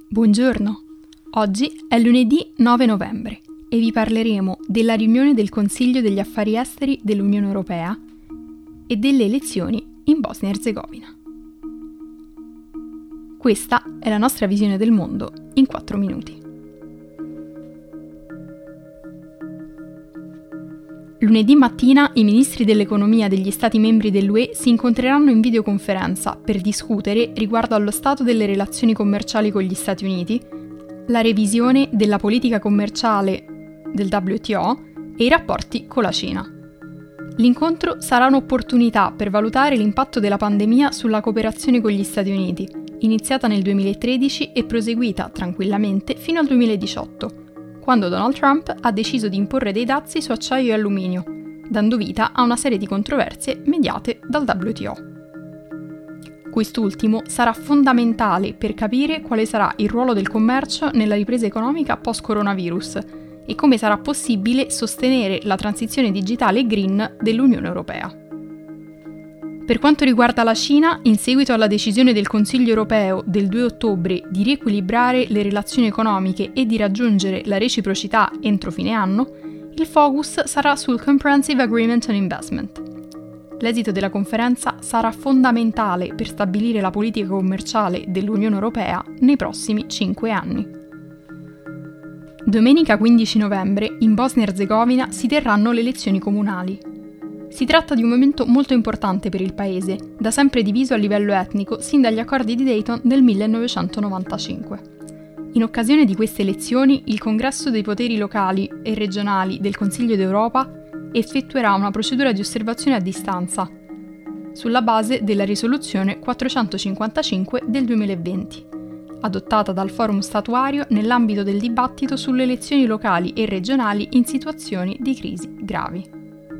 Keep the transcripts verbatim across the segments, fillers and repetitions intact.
Buongiorno, oggi è lunedì nove novembre e vi parleremo della riunione del Consiglio degli Affari Esteri dell'Unione Europea e delle elezioni in Bosnia e Erzegovina. Questa è la nostra visione del mondo in quattro minuti. Lunedì mattina i ministri dell'economia degli Stati membri dell'U E si incontreranno in videoconferenza per discutere riguardo allo stato delle relazioni commerciali con gli Stati Uniti, la revisione della politica commerciale del W T O e i rapporti con la Cina. L'incontro sarà un'opportunità per valutare l'impatto della pandemia sulla cooperazione con gli Stati Uniti, iniziata nel duemilatredici e proseguita tranquillamente fino al duemiladiciotto. Quando Donald Trump ha deciso di imporre dei dazi su acciaio e alluminio, dando vita a una serie di controversie mediate dal W T O. Quest'ultimo sarà fondamentale per capire quale sarà il ruolo del commercio nella ripresa economica post-coronavirus e come sarà possibile sostenere la transizione digitale e green dell'Unione Europea. Per quanto riguarda la Cina, in seguito alla decisione del Consiglio europeo del due ottobre di riequilibrare le relazioni economiche e di raggiungere la reciprocità entro fine anno, il focus sarà sul Comprehensive Agreement on Investment. L'esito della conferenza sarà fondamentale per stabilire la politica commerciale dell'Unione Europea nei prossimi cinque anni. Domenica quindici novembre in Bosnia e Erzegovina si terranno le elezioni comunali. Si tratta di un momento molto importante per il paese, da sempre diviso a livello etnico sin dagli accordi di Dayton del millenovecentonovantacinque. In occasione di queste elezioni, il Congresso dei poteri locali e regionali del Consiglio d'Europa effettuerà una procedura di osservazione a distanza, sulla base della risoluzione quattrocentocinquantacinque del duemilaventi, adottata dal Forum statuario nell'ambito del dibattito sulle elezioni locali e regionali in situazioni di crisi gravi.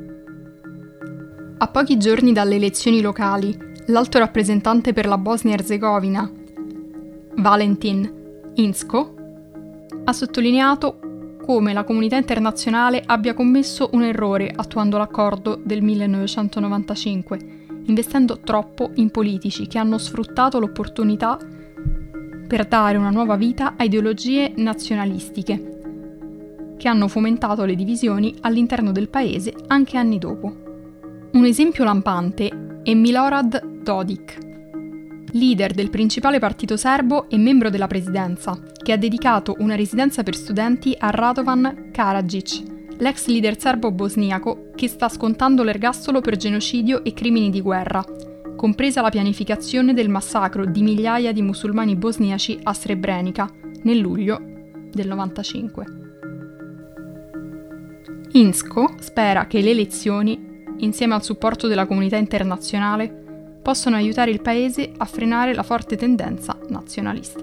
A pochi giorni dalle elezioni locali, l'alto rappresentante per la Bosnia e Erzegovina, Valentin Inzko, ha sottolineato come la comunità internazionale abbia commesso un errore attuando l'accordo del millenovecentonovantacinque, investendo troppo in politici che hanno sfruttato l'opportunità per dare una nuova vita a ideologie nazionalistiche, che hanno fomentato le divisioni all'interno del paese anche anni dopo. Un esempio lampante è Milorad Dodik, leader del principale partito serbo e membro della presidenza, che ha dedicato una residenza per studenti a Radovan Karadzic, l'ex leader serbo-bosniaco che sta scontando l'ergastolo per genocidio e crimini di guerra, compresa la pianificazione del massacro di migliaia di musulmani bosniaci a Srebrenica nel luglio del novantacinque. Inzko spera che le elezioni, insieme al supporto della comunità internazionale, possono aiutare il paese a frenare la forte tendenza nazionalista.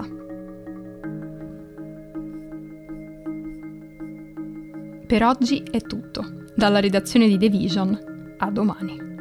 Per oggi è tutto. Dalla redazione di The Vision, a domani.